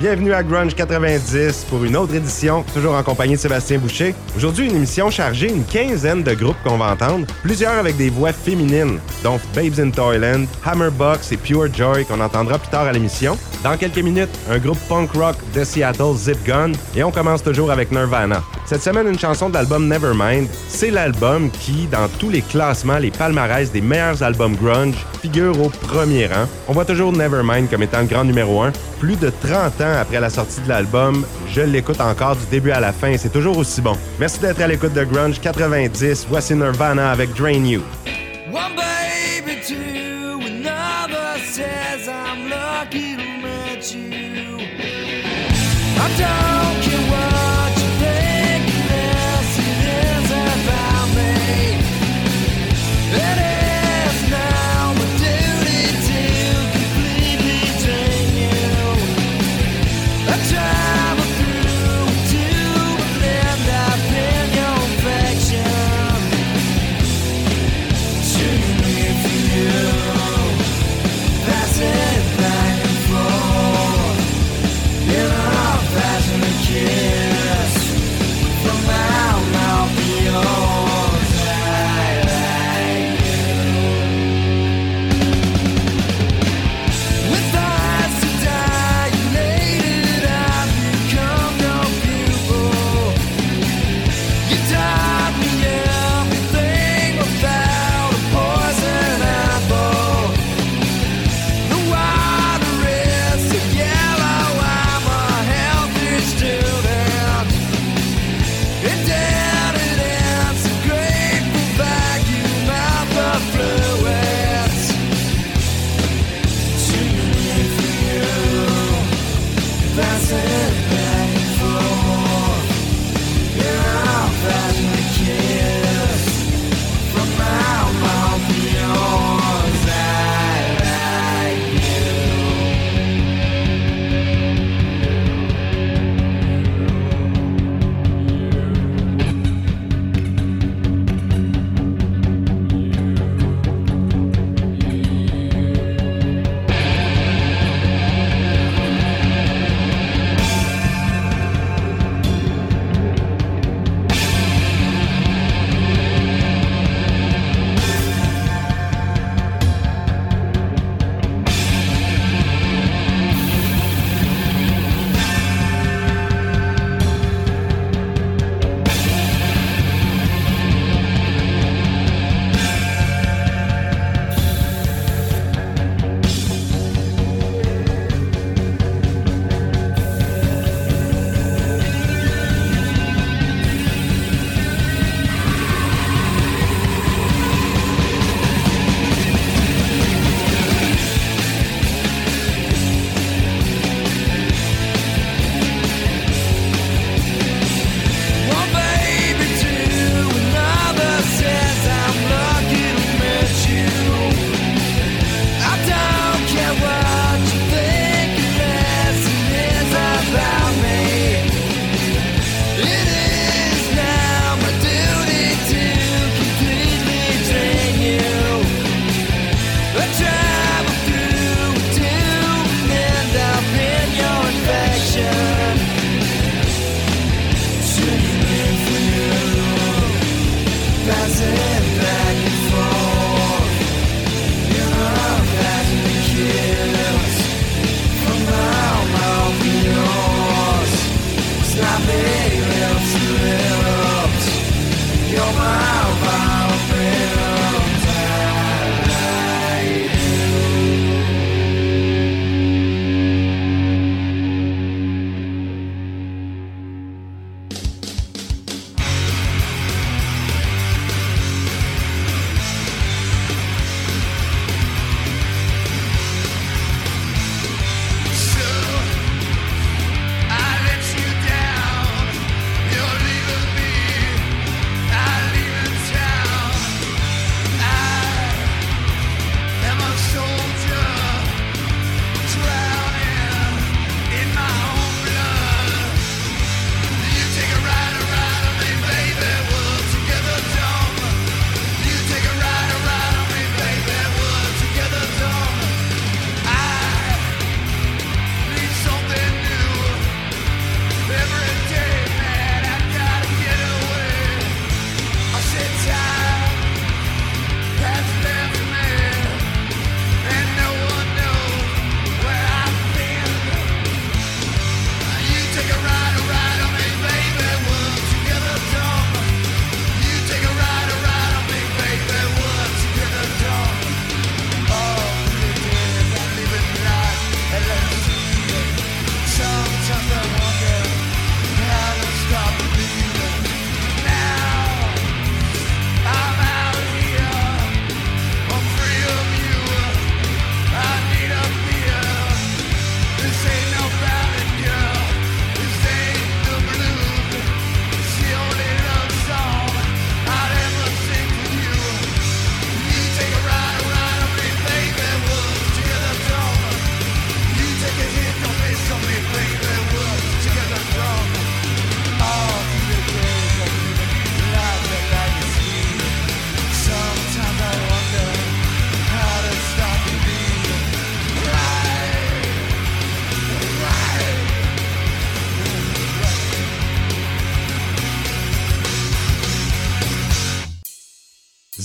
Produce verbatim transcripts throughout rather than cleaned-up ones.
Bienvenue à Grunge quatre-vingt-dix pour une autre édition, toujours en compagnie de Sébastien Boucher. Aujourd'hui, une émission chargée, une quinzaine de groupes qu'on va entendre, plusieurs avec des voix féminines, dont Babes in Toyland, Hammerbox et Pure Joy qu'on entendra plus tard à l'émission. Dans quelques minutes, un groupe punk rock de Seattle, Zip Gun, et on commence toujours avec Nirvana. Cette semaine, une chanson de l'album Nevermind. C'est l'album qui, dans tous les classements, les palmarès des meilleurs albums grunge, figure au premier rang. On voit toujours Nevermind comme étant le grand numéro un. Plus de trente ans après la sortie de l'album, je l'écoute encore du début à la fin et c'est toujours aussi bon. Merci d'être à l'écoute de Grunge quatre-vingt-dix. Voici Nirvana avec Drain You. One baby to another says I'm lucky to meet you. I don't care what you think, yes it is about me. It is now my duty to completely drain you. I travel through to end up in your affection. Shouldn't live for you, pass it back and forth in our passionate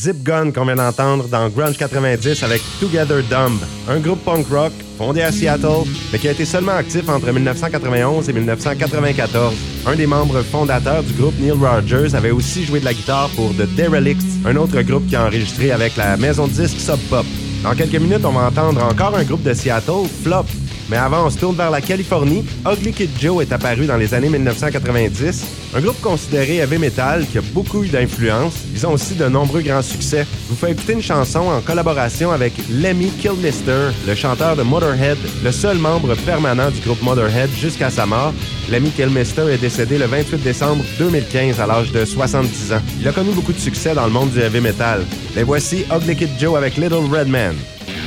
Zip Gun qu'on vient d'entendre dans Grunge quatre-vingt-dix avec Together Dumb, un groupe punk rock fondé à Seattle, mais qui a été seulement actif entre dix-neuf cent quatre-vingt-onze et dix-neuf cent quatre-vingt-quatorze. Un des membres fondateurs du groupe, Neil Rogers, avait aussi joué de la guitare pour The Derelicts, un autre groupe qui a enregistré avec la maison de disques Sub Pop. Dans quelques minutes, on va entendre encore un groupe de Seattle, Flop. Mais avant, on se tourne vers la Californie. Ugly Kid Joe est apparu dans les années dix-neuf cent quatre-vingt-dix. Un groupe considéré heavy metal qui a beaucoup eu d'influence. Ils ont aussi de nombreux grands succès. Je vous fais écouter une chanson en collaboration avec Lemmy Kilmister, le chanteur de Motorhead, le seul membre permanent du groupe Motorhead jusqu'à sa mort. Lemmy Kilmister est décédé le vingt-huit décembre deux mille quinze à l'âge de soixante-dix ans. Il a connu beaucoup de succès dans le monde du heavy metal. Les voici Ugly Kid Joe avec Little Red Man.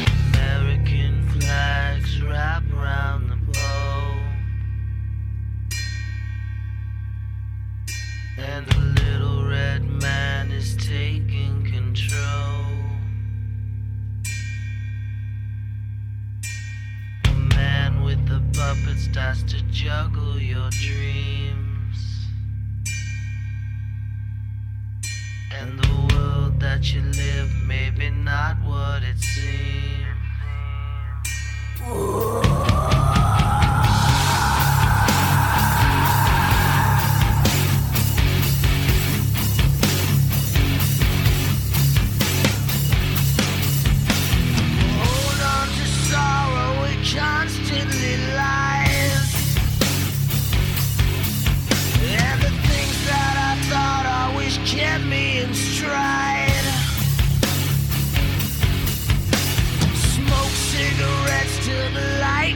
And the little red man is taking control. The man with the puppet starts to juggle your dreams. And the world that you live may be not what it seems. Constantly lies, and the things that I thought always kept me in stride. Smoke cigarettes till the light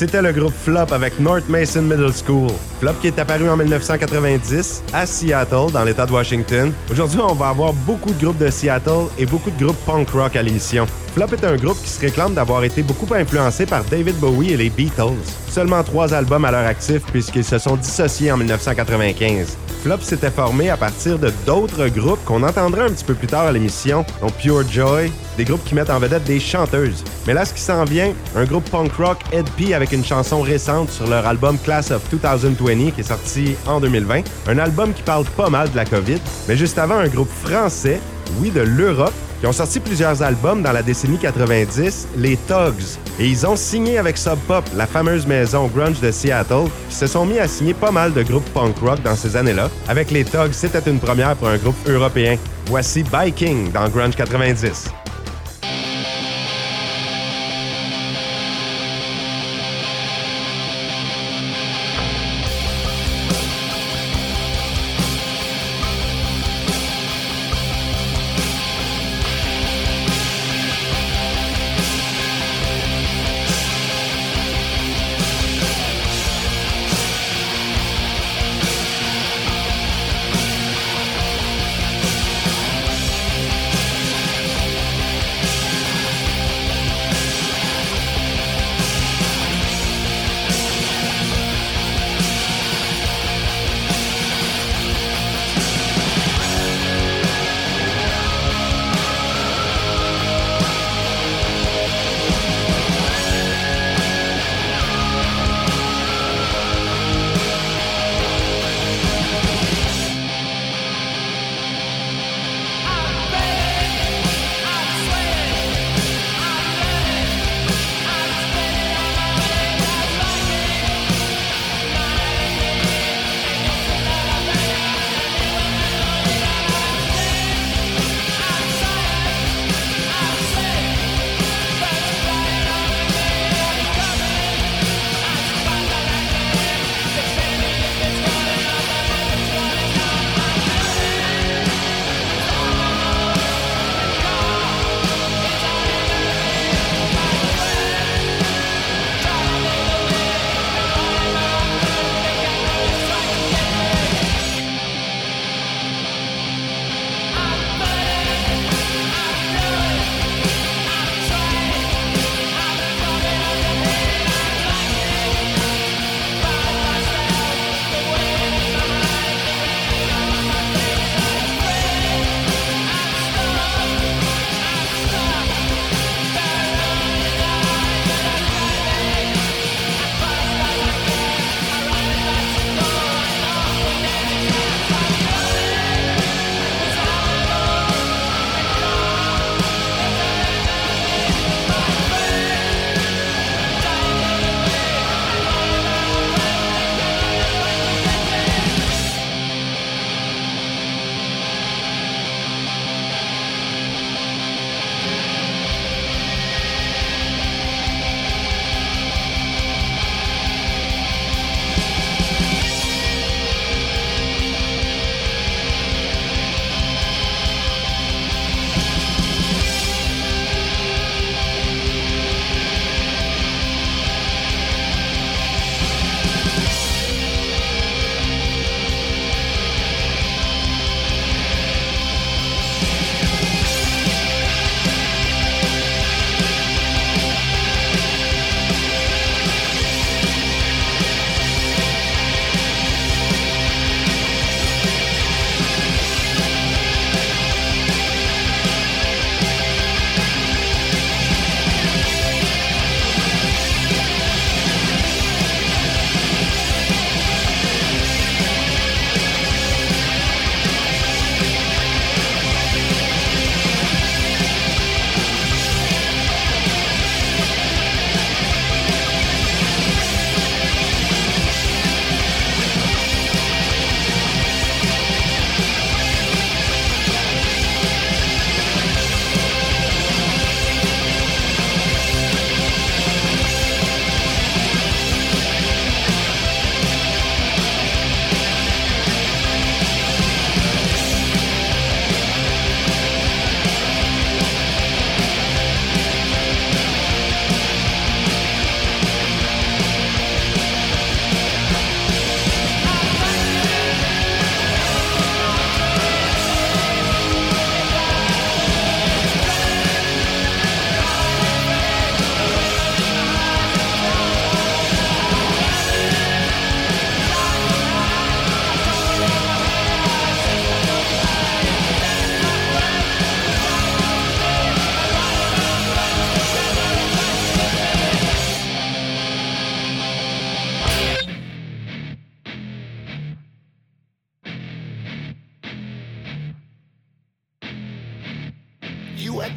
C'était le groupe Flop avec North Mason Middle School. Flop qui est apparu en dix-neuf cent quatre-vingt-dix à Seattle, dans l'État de Washington. Aujourd'hui, on va avoir beaucoup de groupes de Seattle et beaucoup de groupes punk rock à l'émission. Flop est un groupe qui se réclame d'avoir été beaucoup influencé par David Bowie et les Beatles. Seulement trois albums à leur actif puisqu'ils se sont dissociés en dix-neuf cent quatre-vingt-quinze. Flop s'était formé à partir de d'autres groupes qu'on entendra un petit peu plus tard à l'émission, dont Pure Joy, des groupes qui mettent en vedette des chanteuses. Mais là, ce qui s'en vient, un groupe punk rock, Ed P, avec une chanson récente sur leur album Class of deux mille vingt, qui est sorti en deux mille vingt. Un album qui parle pas mal de la COVID. Mais juste avant, un groupe français, oui, de l'Europe, qui ont sorti plusieurs albums dans la décennie quatre-vingt-dix, les Tugs. Et ils ont signé avec Sub Pop, la fameuse maison grunge de Seattle, qui se sont mis à signer pas mal de groupes punk rock dans ces années-là. Avec les Tugs, c'était une première pour un groupe européen. Voici Biking dans Grunge quatre-vingt-dix.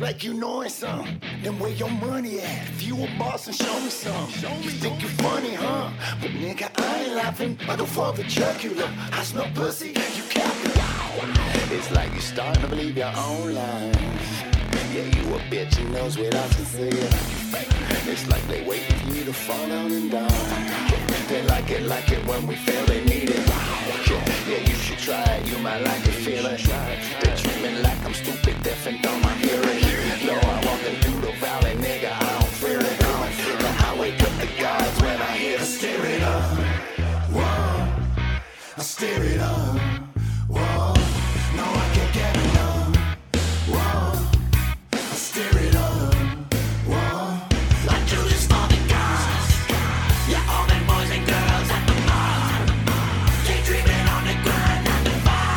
like you knowin' some. Then where your money at? If you a boss, and show me some. Show me, you think you funny, huh? But nigga, I ain't laughing. I go for the jugular. I smell pussy, you capping. It's like you starting to believe your own lies. Yeah, you a bitch who knows what I can say. It's like they waiting for you to fall down and die. They like it, like it when we fail, they need it. Yeah, yeah, you should try it, you might like it, feel it. They treat me like I'm stupid, deaf and dumb, I hear it. No, I'm walking through the valley, nigga, I don't fear it. But I wake up the gods when I hear the stir it up. Whoa, I stir it up. Whoa, no, I can't get enough. Whoa, I stir it up. Whoa, I do this for the guys. Yeah, all them boys and girls at the bar. They dreaming on the grind and the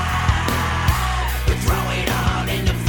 vibe. We throw it all in the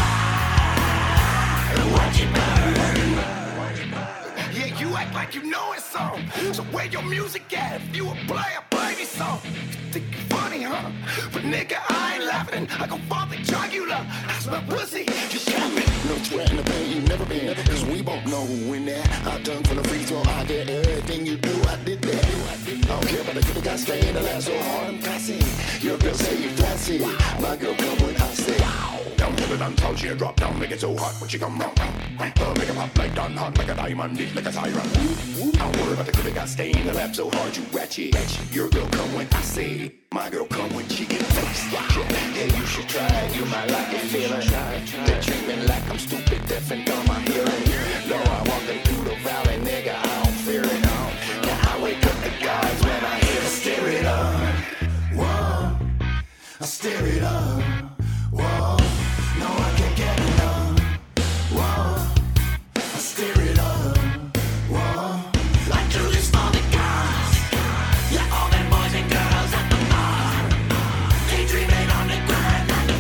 fire and watch it burn. Yeah, you act like you know it's on. So where your music at? If you a player, play me some. Think you funny, huh? But nigga, I ain't laughing. I go for the jugular. I smell pussy, you capping. No sweat in the pain you never been. Cause we both know who in there. I done from the free throw. I did everything you do. I did that. I don't care about the kid that got stay in the last so hard. I'm classy. Your girl say you fancy. My girl come when I say. Down to the dance hall, she a drop down, make it so hot when she come round. Uh, make it pop like Don Hot, like a diamond, beat like a siren. I don't worry about the kid that got stay in the lap so hard you ratchet. Your girl come when I say. My girl come when she get faced. Yeah, yeah, you should try it, you might like it, feel it. They treat me like I'm stupid, deaf and dumb, I hear it. No, I'm walking through the valley, nigga, I don't fear it. Now I wake up the gods when I hear the stir it up. Whoa, I stir it up. Whoa, no, I can't get enough. Whoa, I stir it up. Whoa, I do this for the guys. Yeah, all them boys and girls at the bar. They dreaming on the grind and the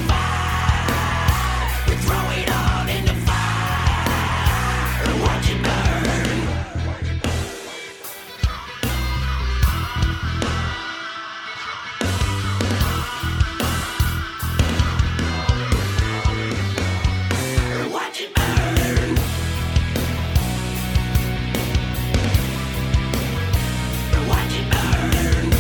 vibe. We throw it all in the fire and watch it burn. Watch it burn. Watch it burn.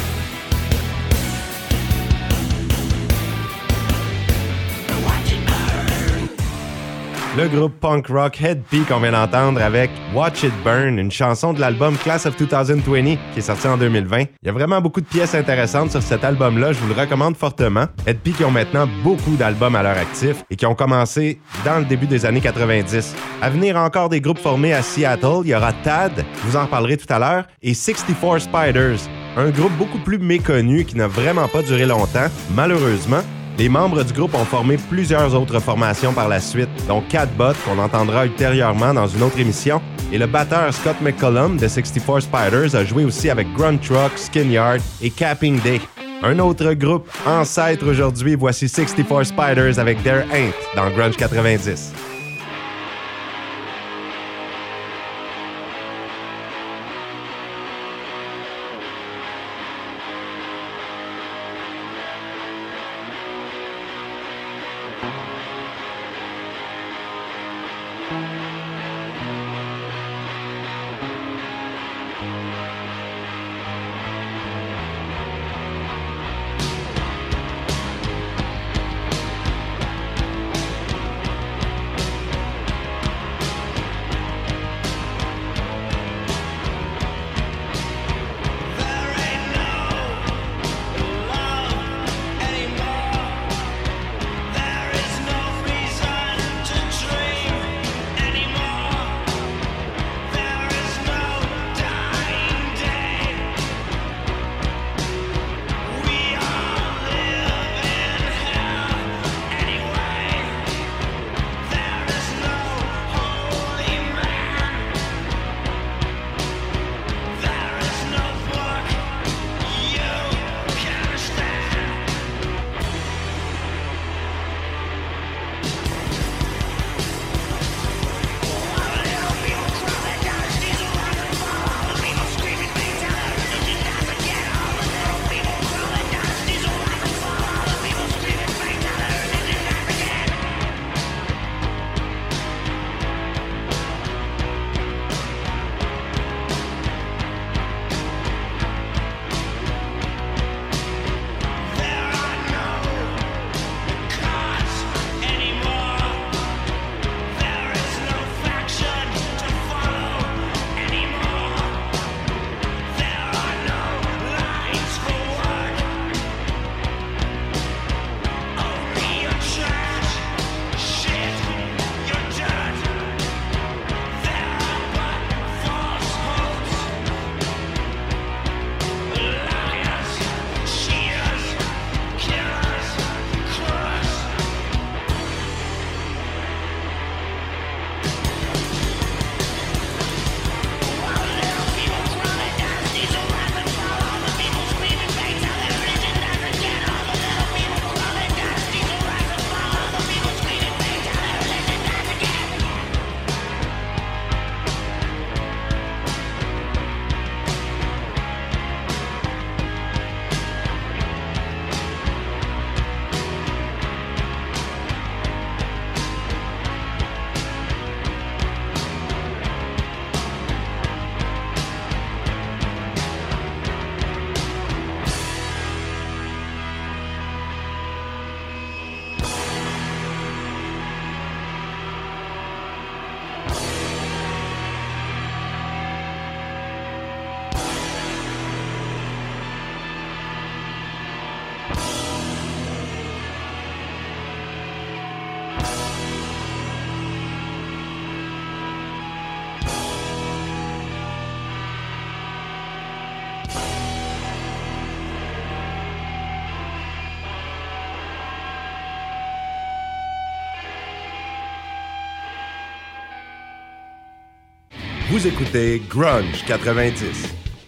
Watch it burn. Le groupe punk rock Head P qu'on vient d'entendre avec Watch It Burn, une chanson de l'album Class of twenty twenty qui est sorti en deux mille vingt. Il y a vraiment beaucoup de pièces intéressantes sur cet album-là, je vous le recommande fortement. Head P qui ont maintenant beaucoup d'albums à leur actif et qui ont commencé dans le début des années quatre-vingt-dix. À venir, encore des groupes formés à Seattle, il y aura Tad, je vous en reparlerai tout à l'heure, et sixty-four Spiders, un groupe beaucoup plus méconnu qui n'a vraiment pas duré longtemps, malheureusement. Les membres du groupe ont formé plusieurs autres formations par la suite, dont Catbot, qu'on entendra ultérieurement dans une autre émission, et le batteur Scott McCollum de sixty-four Spiders a joué aussi avec Grunt Truck, Skinyard et Capping Day. Un autre groupe ancêtre aujourd'hui, voici sixty-four Spiders avec There Ain't dans Grunge quatre-vingt-dix. Vous écoutez Grunge quatre-vingt-dix.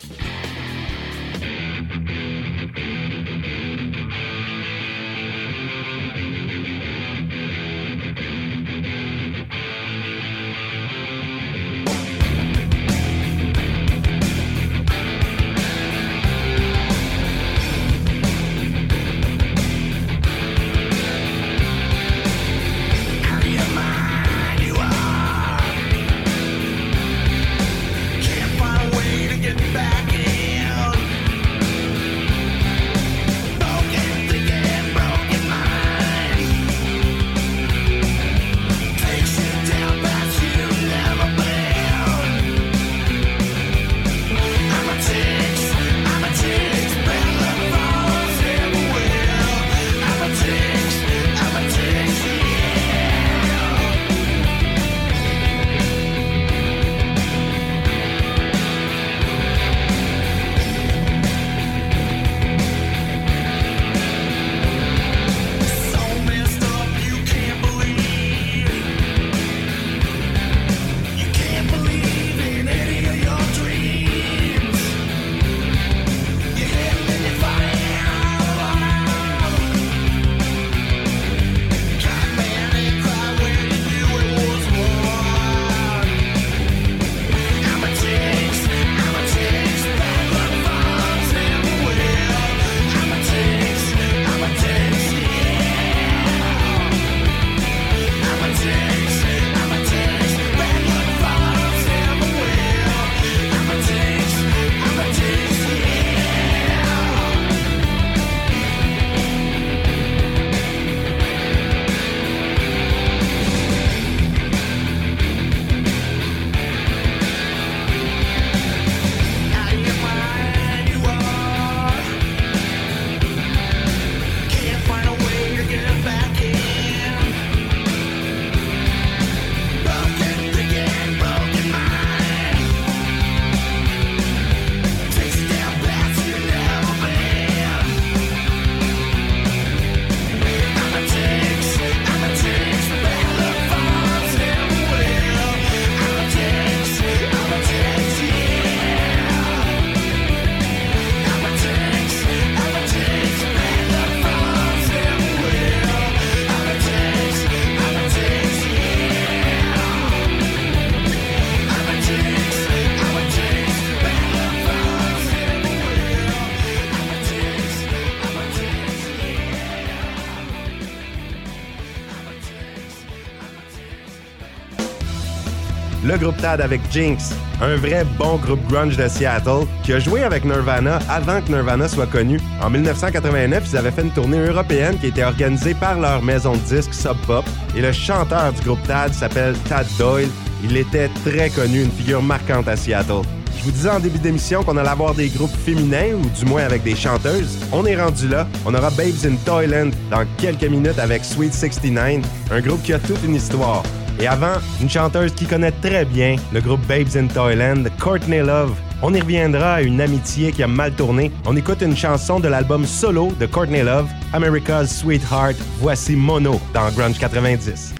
Le groupe Tad avec Jinx, un vrai bon groupe grunge de Seattle qui a joué avec Nirvana avant que Nirvana soit connu. En dix-neuf cent quatre-vingt-neuf, ils avaient fait une tournée européenne qui était organisée par leur maison de disques Sub Pop et le chanteur du groupe Tad s'appelle Tad Doyle. Il était très connu, une figure marquante à Seattle. Je vous disais en début d'émission qu'on allait avoir des groupes féminins, ou du moins avec des chanteuses. On est rendu là. On aura Babes in Toyland dans quelques minutes avec Sweet sixty-nine, un groupe qui a toute une histoire. Et avant, une chanteuse qui connaît très bien le groupe Babes in Toyland, Courtney Love. On y reviendra à une amitié qui a mal tourné. On écoute une chanson de l'album solo de Courtney Love, America's Sweetheart. Voici Mono dans Grunge quatre-vingt-dix.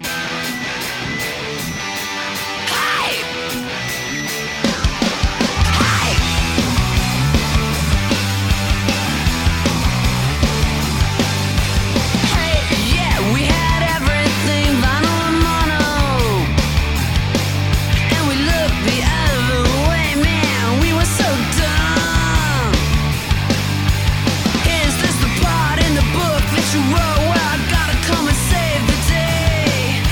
Whoa, well, I gotta come and save the day.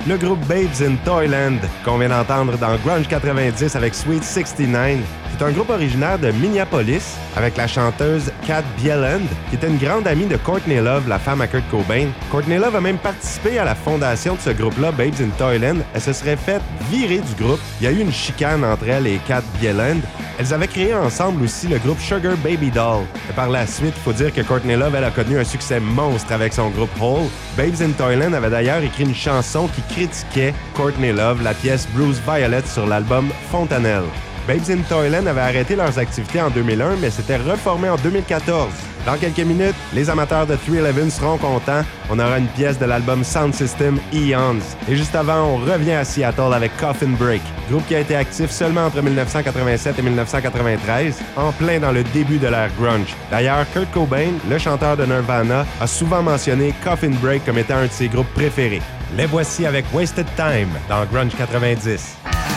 Le groupe Babes in Toyland, qu'on vient d'entendre dans Grunge quatre-vingt-dix avec Sweet soixante-neuf, c'est un groupe originaire de Minneapolis avec la chanteuse Kat Bjelland, qui était une grande amie de Courtney Love, la femme à Kurt Cobain. Courtney Love a même participé à la fondation de ce groupe-là, Babes in Toyland. Elle se serait faite virer du groupe. Il y a eu une chicane entre elle et Kat Bjelland. Elles avaient créé ensemble aussi le groupe Sugar Baby Doll. Et par la suite, il faut dire que Courtney Love, elle a connu un succès monstre avec son groupe Hole. Babes in Toyland avait d'ailleurs écrit une chanson qui critiquait Courtney Love, la pièce Bruce Violet sur l'album Fontanelle. Babes in Toyland avaient arrêté leurs activités en deux mille un, mais s'étaient reformés en deux mille quatorze. Dans quelques minutes, les amateurs de three eleven seront contents. On aura une pièce de l'album Sound System Eons. Et juste avant, on revient à Seattle avec Coffin Break, groupe qui a été actif seulement entre dix-neuf cent quatre-vingt-sept et dix-neuf cent quatre-vingt-treize, en plein dans le début de l'ère grunge. D'ailleurs, Kurt Cobain, le chanteur de Nirvana, a souvent mentionné Coffin Break comme étant un de ses groupes préférés. Les voici avec Wasted Time dans Grunge quatre-vingt-dix.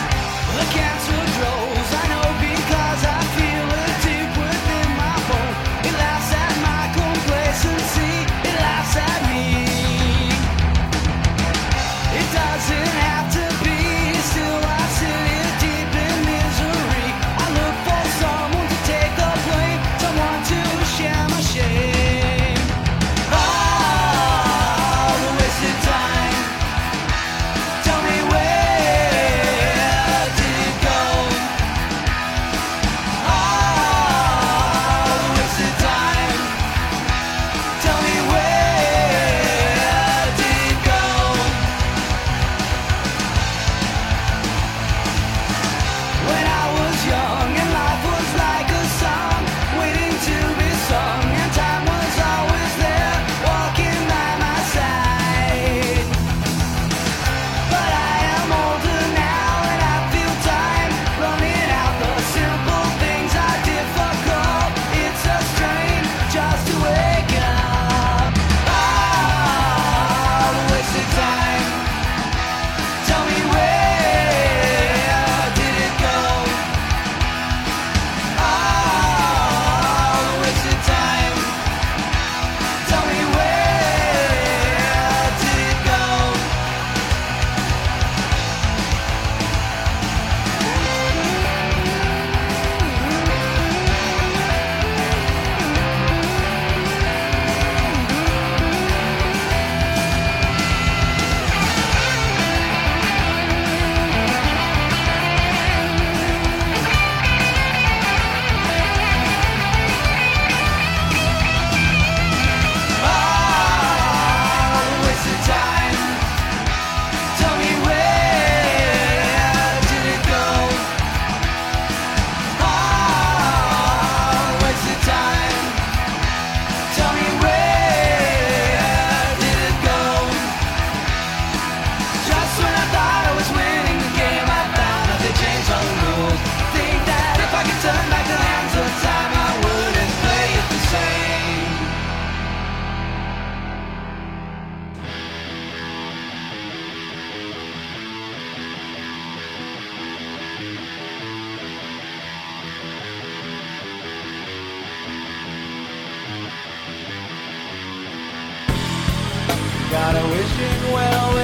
Got a wishing well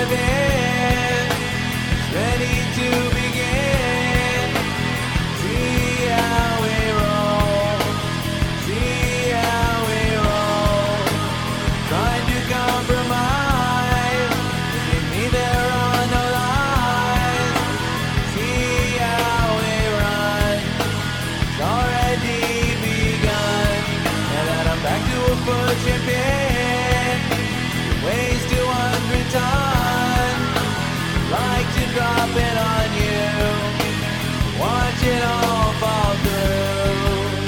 within, ready to begin. See how we roll, see how we roll. Trying to compromise, give me there are no lies. See how we run, it's already begun. Now that I'm back to a full champion, weighs two hundred tons, like to drop it on you, watch it all fall through.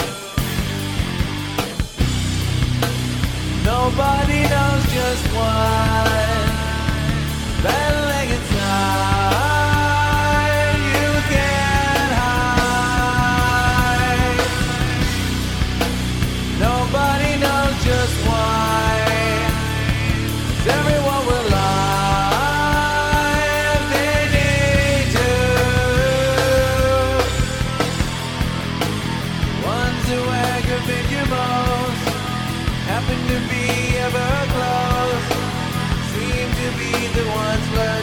Nobody knows just what battling inside you can't hide. Nobody knows just why everyone will lie if they need to. Ones who aggravate you most happen to be ever close, seem to be the ones learning.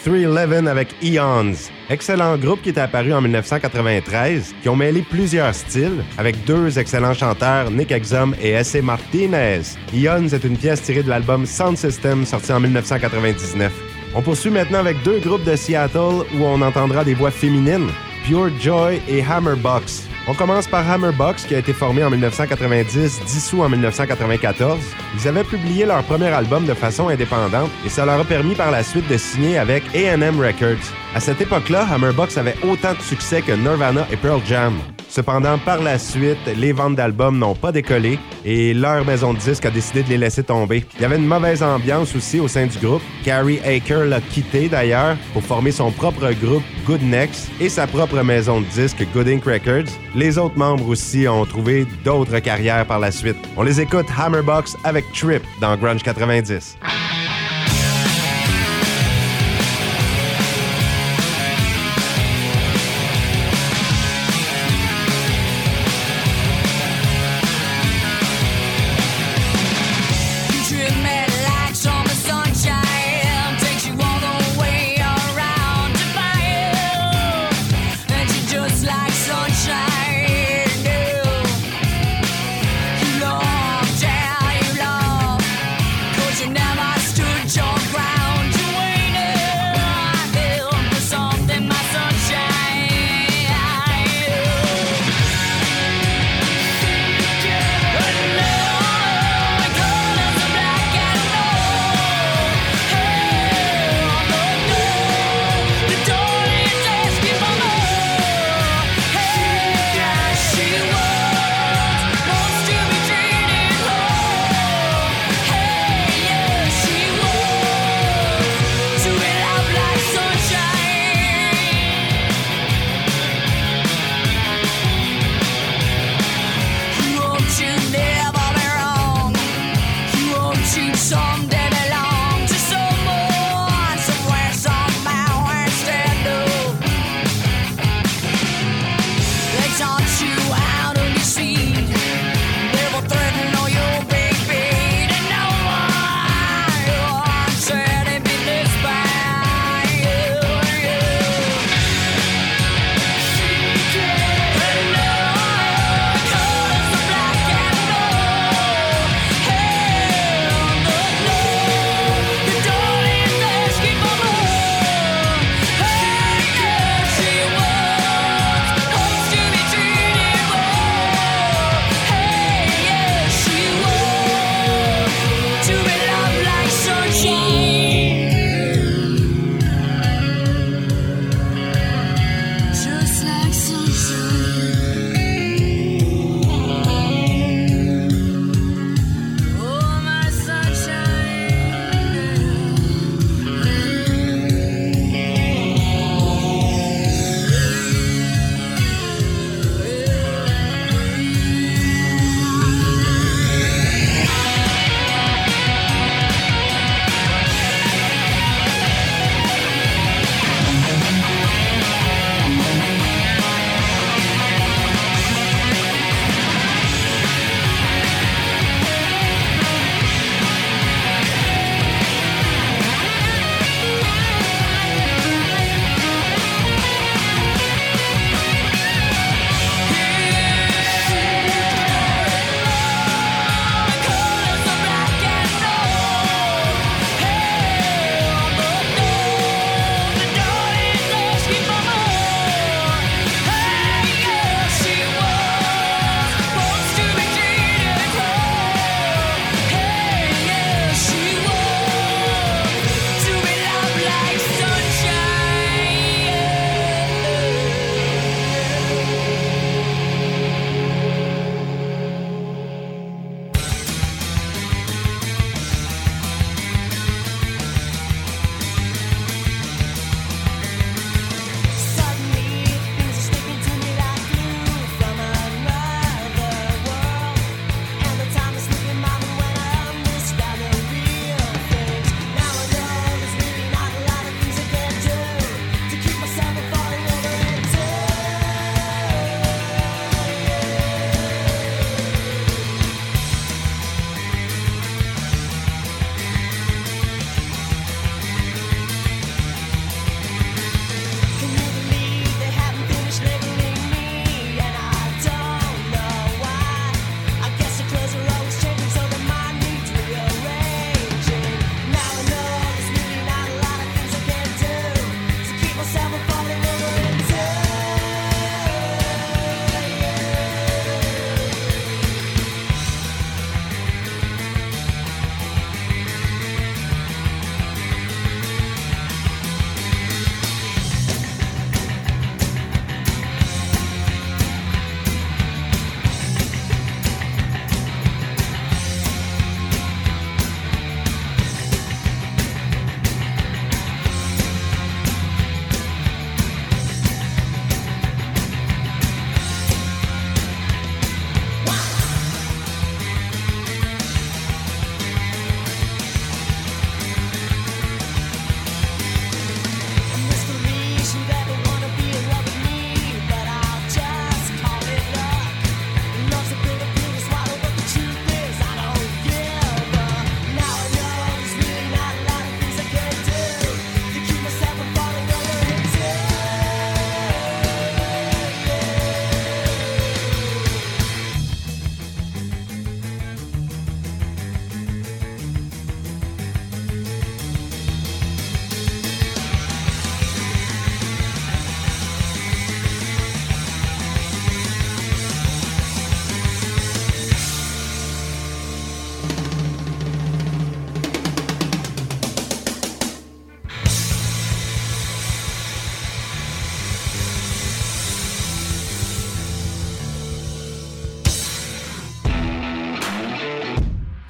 three eleven avec Eons. Excellent groupe qui est apparu en dix-neuf cent quatre-vingt-treize, qui ont mêlé plusieurs styles, avec deux excellents chanteurs, Nick Exum et S A Martinez. Eons est une pièce tirée de l'album Sound System, sorti en dix-neuf cent quatre-vingt-dix-neuf. On poursuit maintenant avec deux groupes de Seattle où on entendra des voix féminines, Pure Joy et Hammerbox. On commence par Hammerbox, qui a été formé en dix-neuf cent quatre-vingt-dix, dissous en dix-neuf cent quatre-vingt-quatorze. Ils avaient publié leur premier album de façon indépendante et ça leur a permis par la suite de signer avec A and M Records. À cette époque-là, Hammerbox avait autant de succès que Nirvana et Pearl Jam. Cependant, par la suite, les ventes d'albums n'ont pas décollé et leur maison de disques a décidé de les laisser tomber. Il y avait une mauvaise ambiance aussi au sein du groupe. Carrie Aker l'a quitté d'ailleurs pour former son propre groupe Good Next et sa propre maison de disques Good Inc Records. Les autres membres aussi ont trouvé d'autres carrières par la suite. On les écoute Hammerbox avec Trip dans Grunge quatre-vingt-dix. You love, yeah, you love, 'cause you never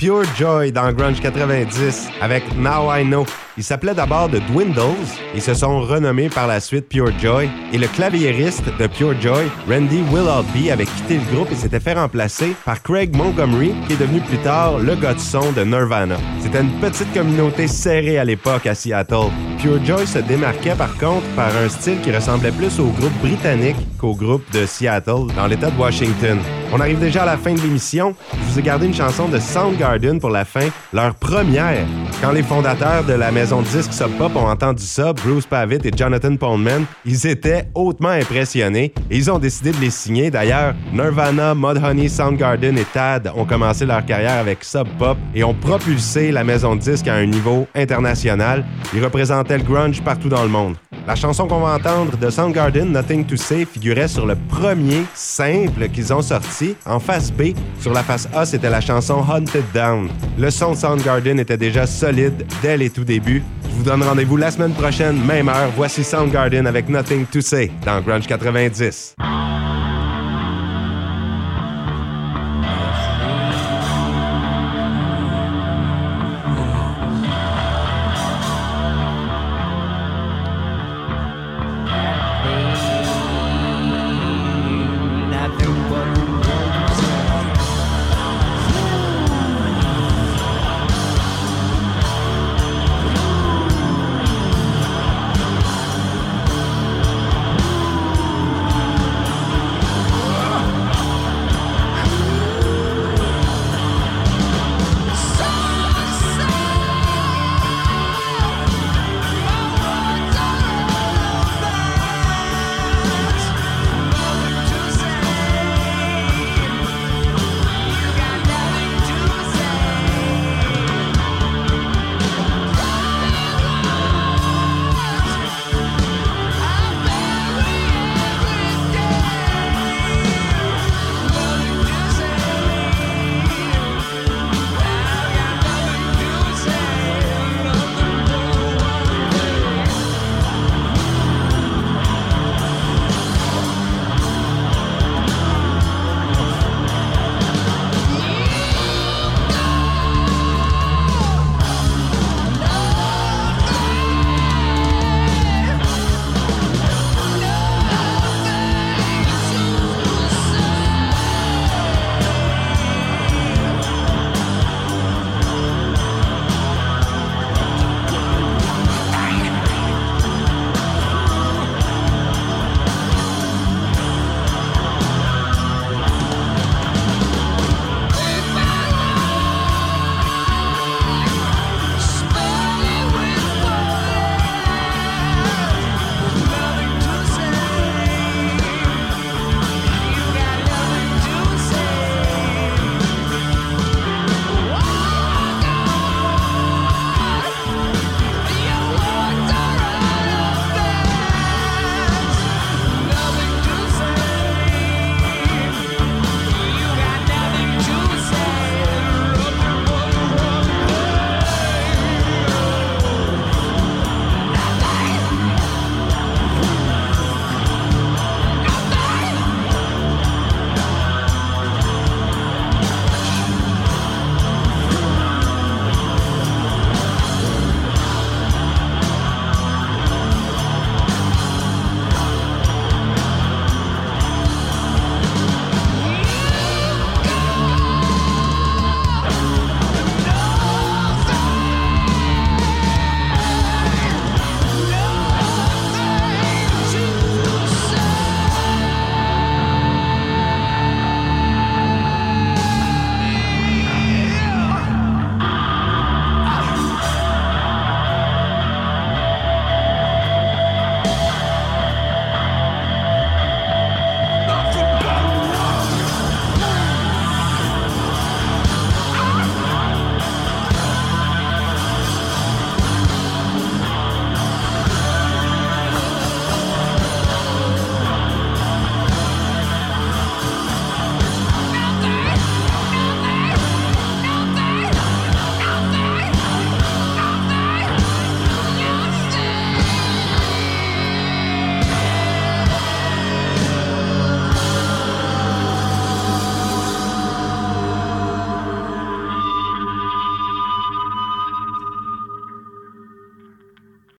Pure Joy dans Grunge quatre-vingt-dix avec Now I Know. Ils s'appelaient d'abord The Dwindles. Ils se sont renommés par la suite Pure Joy. Et le claviériste de Pure Joy, Randy Willoughby, avait quitté le groupe et s'était fait remplacer par Craig Montgomery, qui est devenu plus tard le gars de son de Nirvana. C'était une petite communauté serrée à l'époque à Seattle. Pure Joy se démarquait par contre par un style qui ressemblait plus au groupe britannique qu'au groupe de Seattle dans l'État de Washington. On arrive déjà à la fin de l'émission. Je vous ai gardé une chanson de Soundgarden pour la fin, leur première. Quand les fondateurs de la maison de disques Sub Pop ont entendu ça, Bruce Pavitt et Jonathan Poundman, ils étaient hautement impressionnés et ils ont décidé de les signer. D'ailleurs, Nirvana, Mudhoney, Soundgarden et Tad ont commencé leur carrière avec Sub Pop et ont propulsé la maison de disques à un niveau international. Ils représentaient le grunge partout dans le monde. La chanson qu'on va entendre de Soundgarden, Nothing to Say, figurait sur le premier simple qu'ils ont sorti. En face B, sur la face A, c'était la chanson Hunted Down. Le son de Soundgarden était déjà solide dès les tout débuts. Je vous donne rendez-vous la semaine prochaine, même heure. Voici Soundgarden avec Nothing to Say dans Grunge quatre-vingt-dix.